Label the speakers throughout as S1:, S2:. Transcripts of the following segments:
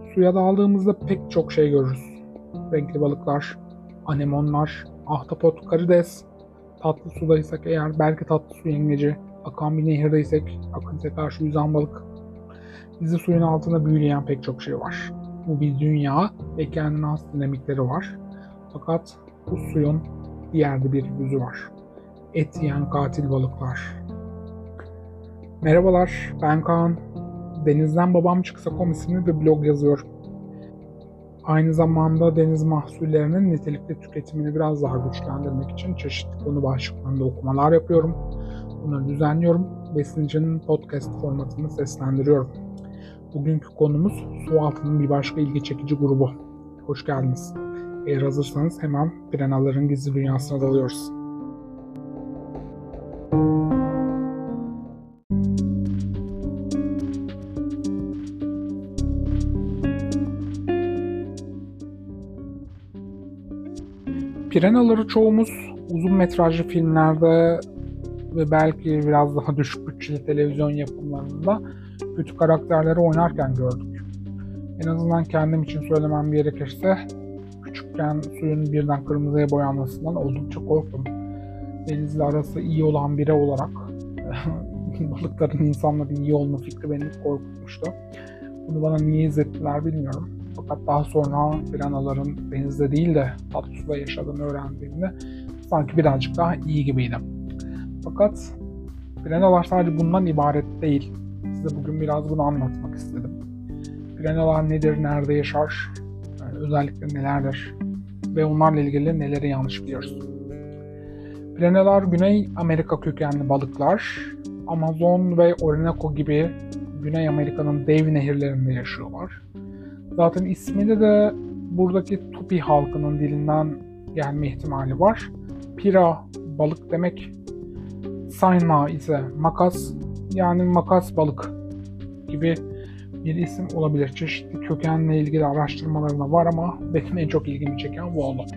S1: Suya daldığımızda pek çok şey görürüz. Renkli balıklar, anemonlar, ahtapot, karides, tatlı sudaysak eğer belki tatlı su yengeci, akan bir nehirdeysek akıntıya karşı yüzen balık. Bizi suyun altında büyüleyen pek çok şey var. Bu bir dünya ve kendine has dinamikleri var. Fakat bu suyun bir yerde bir yüzü var. Et yiyen katil balıklar. Merhabalar, ben Kaan. Denizden Babam Çıksa.com isimli bir blog yazıyorum. Aynı zamanda deniz mahsullerinin nitelikli tüketimini biraz daha güçlendirmek için çeşitli konu başlıklarında okumalar yapıyorum. Bunları düzenliyorum. Besincinin podcast formatını seslendiriyorum. Bugünkü konumuz su altının bir başka ilgi çekici grubu. Hoş geldiniz. Eğer hazırsanız hemen piranhaların gizli dünyasına dalıyoruz. Piranhaları çoğumuz uzun metrajlı filmlerde ve belki biraz daha düşük bütçeli televizyon yapımlarında kötü karakterleri oynarken gördük. En azından kendim için söylemem gerekirse küçükken suyun birden kırmızıya boyanmasından oldukça korktum. Denizle arası iyi olan biri olarak balıkların insanların iyi olma fikri beni korkutmuştu. Bunu bana niye izlettiler bilmiyorum. Fakat daha sonra piranhaların denizde değil de tatlı suda yaşadığını öğrendiğimde sanki birazcık daha iyi gibiydi. Fakat piranhalar sadece bundan ibaret değil. Size bugün biraz bunu anlatmak istedim. Piranhalar nedir, nerede yaşar, özellikle nelerdir ve onlarla ilgili neleri yanlış biliyoruz. Piranhalar Güney Amerika kökenli balıklar. Amazon ve Orinoco gibi Güney Amerika'nın dev nehirlerinde yaşıyorlar. Zaten isminde de buradaki Tupi halkının dilinden gelme ihtimali var. Pira balık demek, Saina ise makas, yani makas balık gibi bir isim olabilir. Çeşitli kökenle ilgili araştırmalarına var ama benim en çok ilgimi çeken bu oldu.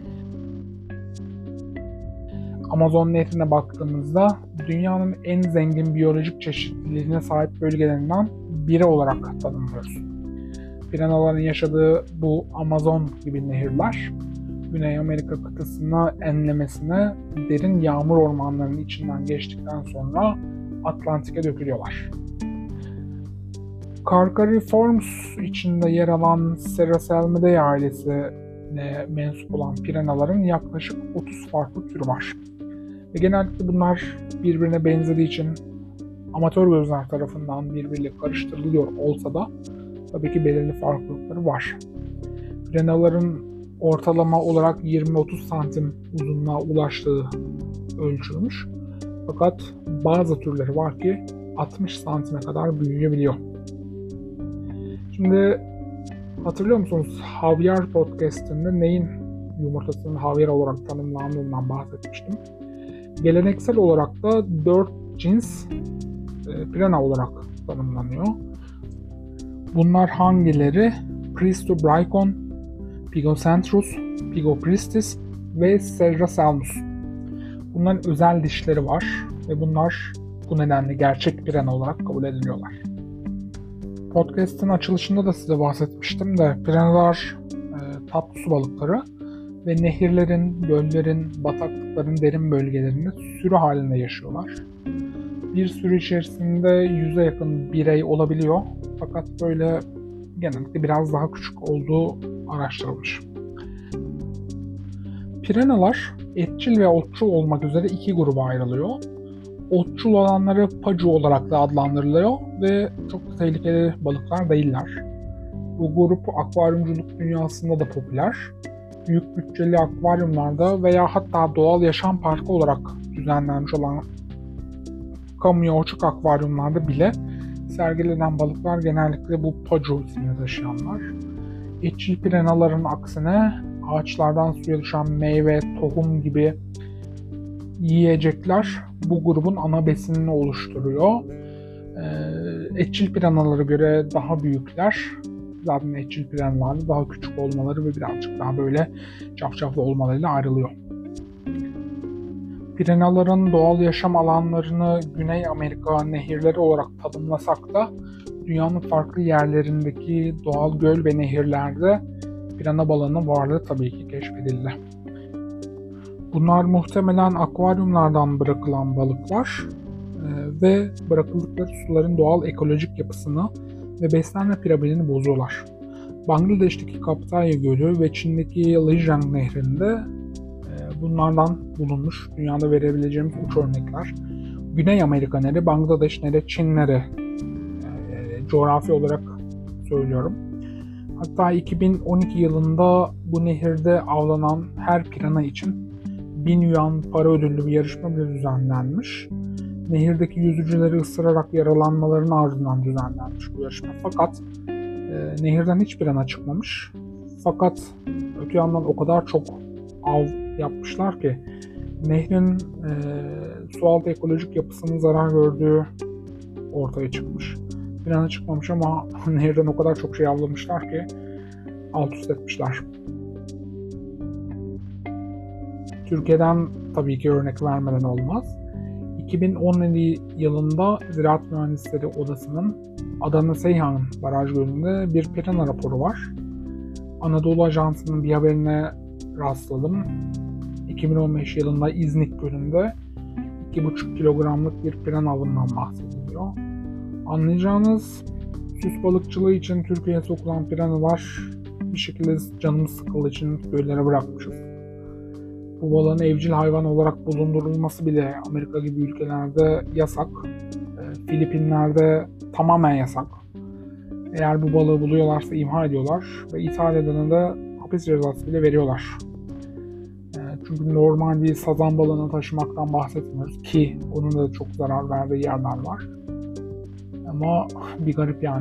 S1: Amazon nehrine baktığımızda dünyanın en zengin biyolojik çeşitliliğine sahip bölgelerinden biri olarak tanımlıyoruz. Piranhaların yaşadığı bu Amazon gibi nehirler, Güney Amerika kıtasına enlemesine derin yağmur ormanlarının içinden geçtikten sonra Atlantik'e dökülüyorlar. Carchariformes içinde yer alan Serrasalmidae ailesine mensup olan piranhaların yaklaşık 30 farklı türü var. Ve genellikle bunlar birbirine benzediği için amatör gözler tarafından birbiriyle karıştırılıyor olsa da tabii ki belirli farklılıkları var. Piranhaların ortalama olarak 20-30 santim uzunluğa ulaştığı ölçülmüş. Fakat bazı türleri var ki 60 santime kadar büyüyebiliyor. Şimdi hatırlıyor musunuz? Havyar podcast'inde neyin yumurtasının havyar olarak tanımlandığından bahsetmiştim. Geleneksel olarak da 4 cins piranha olarak tanımlanıyor. Bunlar hangileri? Pristobrycon, Pygocentrus, Pygopristis ve Serrasalmus. Bunların özel dişleri var ve bunlar bu nedenle gerçek piranha olarak kabul ediliyorlar. Podcast'ın açılışında da size bahsetmiştim de piranhalar tatlı su balıkları ve nehirlerin, göllerin, bataklıkların derin bölgelerinde sürü halinde yaşıyorlar. Bir sürü içerisinde 100'e yakın birey olabiliyor. Fakat böyle genellikle biraz daha küçük olduğu araştırılmış. Piranhalar etçil ve otçul olmak üzere iki gruba ayrılıyor. Otçul olanları pacu olarak da adlandırılıyor ve çok tehlikeli balıklar değiller. Bu grup akvaryumculuk dünyasında da popüler. Büyük bütçeli akvaryumlarda veya hatta doğal yaşam parkı olarak düzenlenmiş olan kamuya açık akvaryumlarda bile sergilenen balıklar genellikle bu pacu ismini taşıyanlar. Etçil piranhaların aksine ağaçlardan suya düşen meyve, tohum gibi yiyecekler bu grubun ana besinini oluşturuyor. Etçil piranhalara göre daha büyükler. Zaten etçil piranhalarda daha küçük olmaları ve birazcık daha böyle cafcaflı olmalarıyla ayrılıyor. Piranhaların doğal yaşam alanlarını Güney Amerika nehirleri olarak tanımlasak da dünyanın farklı yerlerindeki doğal göl ve nehirlerde pirana balığının varlığı tabii ki keşfedildi. Bunlar muhtemelen akvaryumlardan bırakılan balıklar ve bırakıldıkları suların doğal ekolojik yapısını ve beslenme piramidini bozuyorlar. Bangladeş'teki Kaptaya Gölü ve Çin'deki Lijiang Nehri'nde bunlardan bulunmuş dünyada verebileceğimiz uç örnekler. Güney Amerika nere, Bangladeş nere, Çin nere coğrafi olarak söylüyorum. Hatta 2012 yılında bu nehirde avlanan her pirana için 1000 yuan para ödüllü bir yarışma bile düzenlenmiş. Nehirdeki yüzücüleri ısırarak yaralanmalarının ardından düzenlenmiş bu yarışma. Fakat nehirden hiç pirana çıkmamış. Fakat öte yandan o kadar çok av yapmışlar ki nehrin sualtı ekolojik yapısının zarar gördüğü ortaya çıkmış. Pirana çıkmamış ama nehirden o kadar çok şey avlamışlar ki alt üst etmişler. Türkiye'den tabii ki örnek vermeden olmaz. 2017 yılında Ziraat Mühendisleri Odası'nın Adana-Seyhan Baraj Gölü'nde bir pirana raporu var. Anadolu Ajansı'nın bir haberine rastladım. 2015 yılında İznik Gölü'nde 2,5 kilogramlık bir pirana avından bahsediliyor. Anlayacağınız süs balıkçılığı için Türkiye'ye sokulan piranalar bir şekilde canımız sıkıldığı için göllere bırakmışız. Bu balığın evcil hayvan olarak bulundurulması bile Amerika gibi ülkelerde yasak. Filipinler'de tamamen yasak. Eğer bu balığı buluyorlarsa imha ediyorlar ve ithal edene de hapis cezası bile veriyorlar. Çünkü normal bir sazan balığını taşımaktan bahsetmiyoruz ki onun da çok zarar verdiği yerler var. Ama bir garip yani.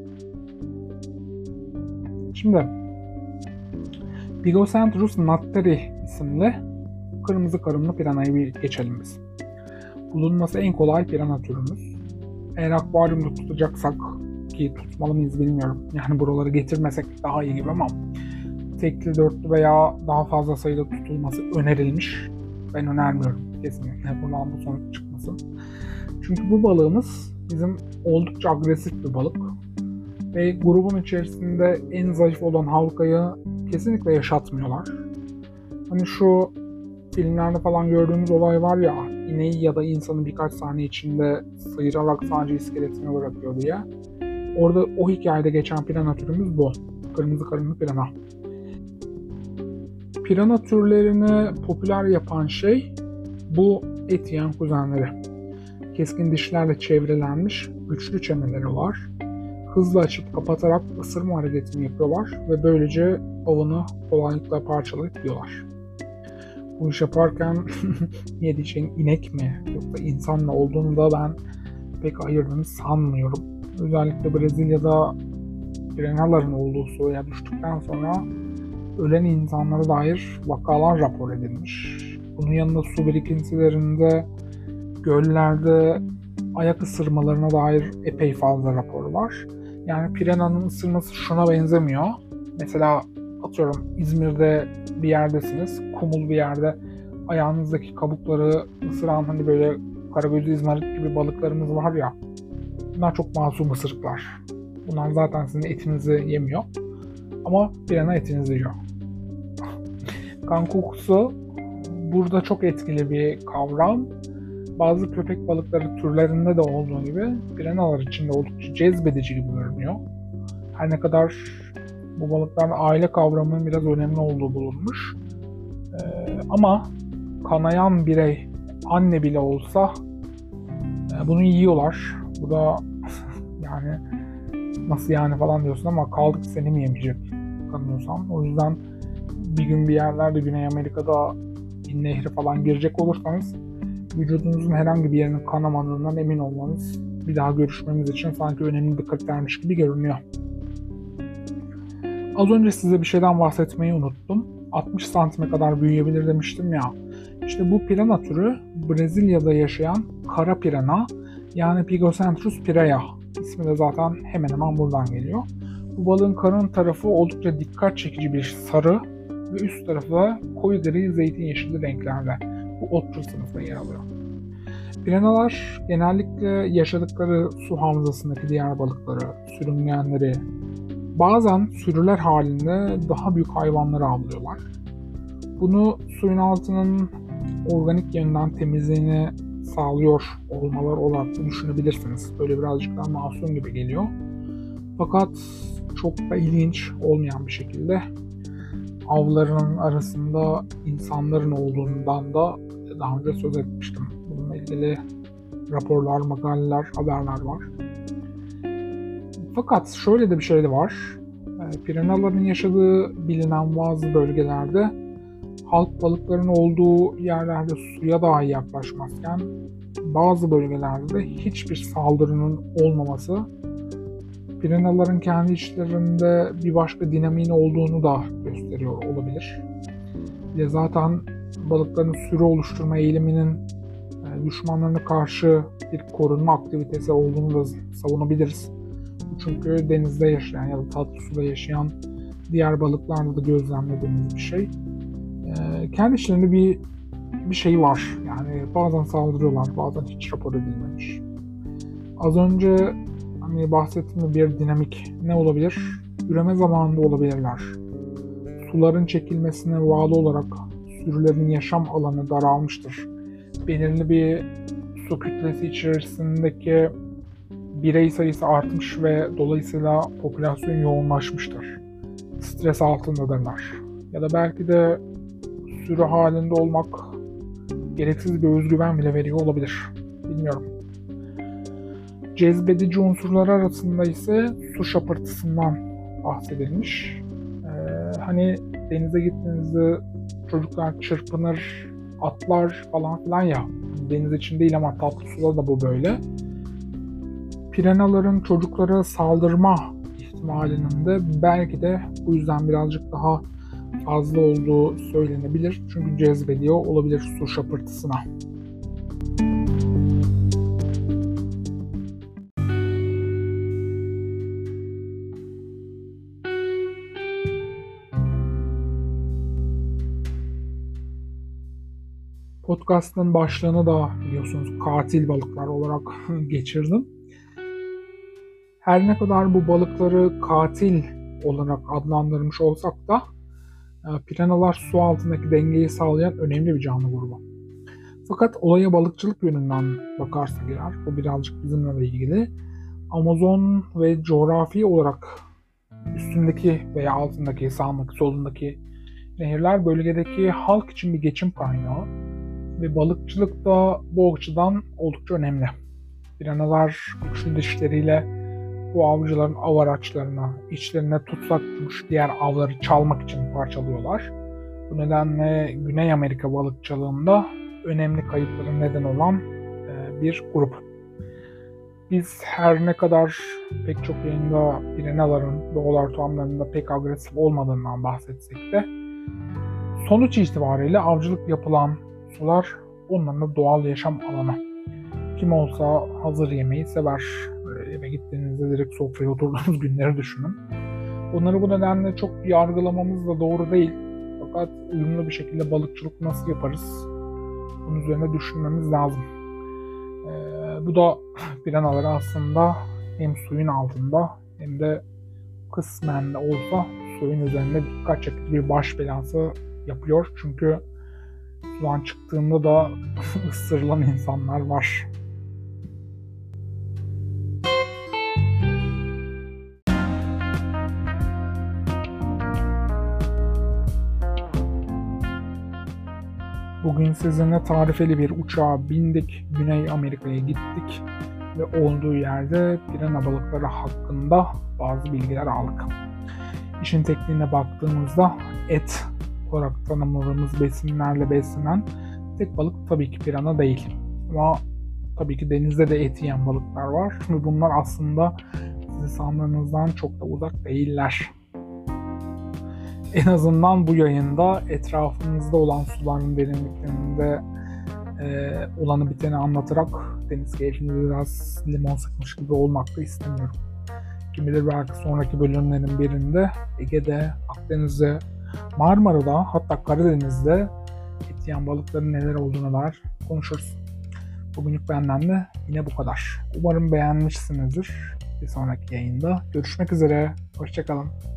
S1: Şimdi Pigocentrus natteri isimli kırmızı karınlı piranayı bir geçelim biz. Bulunması en kolay pirana türümüz. Eğer akvaryumda tutacaksak, ki tutmalı mıyız bilmiyorum. Yani buraları getirmesek daha iyi gibi ama tekli, dörtlü veya daha fazla sayıda tutulması önerilmiş. Ben önermiyorum kesinlikle buradan bu sonuç çıkmasın. Çünkü bu balığımız bizim oldukça agresif bir balık. Ve grubun içerisinde en zayıf olan halkayı kesinlikle yaşatmıyorlar. Hani şu filmlerde falan gördüğümüz olay var ya, ineği ya da insanı birkaç saniye içinde sıyırarak sadece iskeletini bırakıyor diye. Orada o hikayede geçen pirana türümüz bu. Kırmızı karınlı pirana. Pirana türlerini popüler yapan şey bu et yiyen kuzenleri. Keskin dişlerle çevrelenmiş güçlü çeneleri var. Hızla açıp kapatarak ısırma hareketini yapıyorlar ve böylece avını kolaylıkla parçalayıp yiyorlar. Bu iş yaparken yediği şeyin inek mi yoksa insan mı olduğunu da ben pek ayırdığını sanmıyorum. Özellikle Brezilya'da piranaların olduğu suya düştükten sonra ölen insanlara dair vakalar rapor edilmiş. Bunun yanında su birikintilerinde, göllerde ayak ısırmalarına dair epey fazla rapor var. Yani pirananın ısırması şuna benzemiyor. Mesela atıyorum İzmir'de bir yerdesiniz, kumul bir yerde ayağınızdaki kabukları ısıran hani böyle karagöz izmarit gibi balıklarımız var ya. Bunlar çok masum ısırıklar. Bunlar zaten sizin etinizi yemiyor. Ama pirana etinizi yiyor. Kan kokusu burada çok etkili bir kavram. Bazı köpek balıkları türlerinde de olduğu gibi piranalar için de oldukça cezbedici gibi görünüyor. Her ne kadar bu balıkların aile kavramının biraz önemli olduğu bulunmuş. Ama kanayan birey, anne bile olsa bunu yiyorlar. Bu da yani nasıl yani falan diyorsun ama kaldık seni mi yemeyecek kanıyorsan. O yüzden bir gün bir yerlerde Güney Amerika'da bir nehri falan girecek olursanız vücudunuzun herhangi bir yerinin kanamadığından emin olmanız bir daha görüşmemiz için sanki önemli bir kritermiş gibi görünüyor. Az önce size bir şeyden bahsetmeyi unuttum. 60 santime kadar büyüyebilir demiştim ya. İşte bu pirana türü Brezilya'da yaşayan kara pirana, yani Pigocentrus piraea. İsmi de zaten hemen hemen buradan geliyor. Bu balığın karın tarafı oldukça dikkat çekici bir sarı ve üst tarafı da koyu gri zeytin yeşili renklerde. Bu otçul sınıfta yer alıyor. Piranalar genellikle yaşadıkları su havzasındaki diğer balıkları, sürüngenleri, bazen sürüler halinde daha büyük hayvanları avlıyorlar. Bunu suyun altının organik yönden temizliğini sağlıyor olmaları olarak düşünebilirsiniz. Böyle birazcık daha masum gibi geliyor. Fakat çok da ilginç olmayan bir şekilde avlarının arasında insanların olduğundan da daha önce söz etmiştim. Bununla ilgili raporlar, makaleler, haberler var. Fakat şöyle de bir şey de var. Piranaların yaşadığı bilinen bazı bölgelerde halk balıkların olduğu yerlerde suya dahi yaklaşmazken bazı bölgelerde de hiçbir saldırının olmaması piranaların kendi içlerinde bir başka dinamiğin olduğunu da gösteriyor olabilir. Ve zaten balıkların sürü oluşturma eğiliminin düşmanlarına karşı bir korunma aktivitesi olduğunu da savunabiliriz. Çünkü denizde yaşayan ya da tatlı suda yaşayan diğer balıklarda da gözlemlediğimiz bir şey. Kendi içlerinde bir şey var. Yani bazen saldırıyorlar, bazen hiç rapor edilmemiş. Az önce bahsettiğim bir dinamik ne olabilir? Üreme zamanında olabilirler. Suların çekilmesine bağlı olarak sürülerin yaşam alanı daralmıştır. Belirli bir su kütlesi içerisindeki birey sayısı artmış ve dolayısıyla popülasyon yoğunlaşmıştır. Stres altındadırlar. Ya da belki de sürü halinde olmak gereksiz bir özgüven bile veriyor olabilir. Bilmiyorum. Cezbedici unsurlar arasında ise su şapırtısından bahsedilmiş. Hani denize gittiğinizde çocuklar çırpınır, atlar falan filan ya. Deniz için değil ama tatlı suda da bu böyle. Piranaların çocuklara saldırma ihtimalinin de belki de bu yüzden birazcık daha fazla olduğu söylenebilir. Çünkü cezbediyor olabilir su şapırtısına. Podcast'ın başlığını da biliyorsunuz katil balıklar olarak geçirdim. Her ne kadar bu balıkları katil olarak adlandırmış olsak da piranalar su altındaki dengeyi sağlayan önemli bir canlı grubu. Fakat olaya balıkçılık yönünden bakarsak eğer, bu birazcık bizimle de ilgili. Amazon ve coğrafi olarak üstündeki veya altındaki, sağındaki, solundaki nehirler bölgedeki halk için bir geçim kaynağı ve balıkçılık da bu açıdan oldukça önemli. Piranalar güçlü dişleriyle bu avcıların av araçlarını içlerine tutsak tutmuş diğer avları çalmak için parçalıyorlar. Bu nedenle Güney Amerika balıkçılığında önemli kayıpların neden olan bir grup. Biz her ne kadar pek çok yayında piranaların doğal ortamlarında pek agresif olmadığından bahsetsek de sonuç itibariyle avcılık yapılan sular onların da doğal yaşam alanı. Kim olsa hazır yemeği sever. Eve gittiğinizde direkt sofraya oturduğunuz günleri düşünün. Onları bu nedenle çok yargılamamız da doğru değil. Fakat uyumlu bir şekilde balıkçılık nasıl yaparız? Bunun üzerine düşünmemiz lazım. Bu da piranaları aslında hem suyun altında hem de kısmen de olsa suyun üzerinde dikkat çekici bir baş belası yapıyor. Çünkü sudan çıktığında da ısırılan insanlar var. Bugün sizinle tarifeli bir uçağa bindik, Güney Amerika'ya gittik ve olduğu yerde pirana balıkları hakkında bazı bilgiler aldık. İşin tekniğine baktığımızda et olarak tanımladığımız besinlerle beslenen tek balık tabii ki pirana değil. Ama tabii ki denizde de et yiyen balıklar var ve bunlar aslında sizin sandığınızdan çok da uzak değiller. En azından bu yayında etrafınızda olan suların derinliklerinde olanı biteni anlatarak deniz keyfini biraz limon sıkmış gibi olmak da istemiyorum. Kim bilir belki sonraki bölümlerin birinde Ege'de, Akdeniz'de, Marmara'da hatta Karadeniz'de et yiyen balıkların neler olduğuna dair konuşuruz. Bugünlük benden de yine bu kadar. Umarım beğenmişsinizdir. Bir sonraki yayında görüşmek üzere. Hoşça kalın.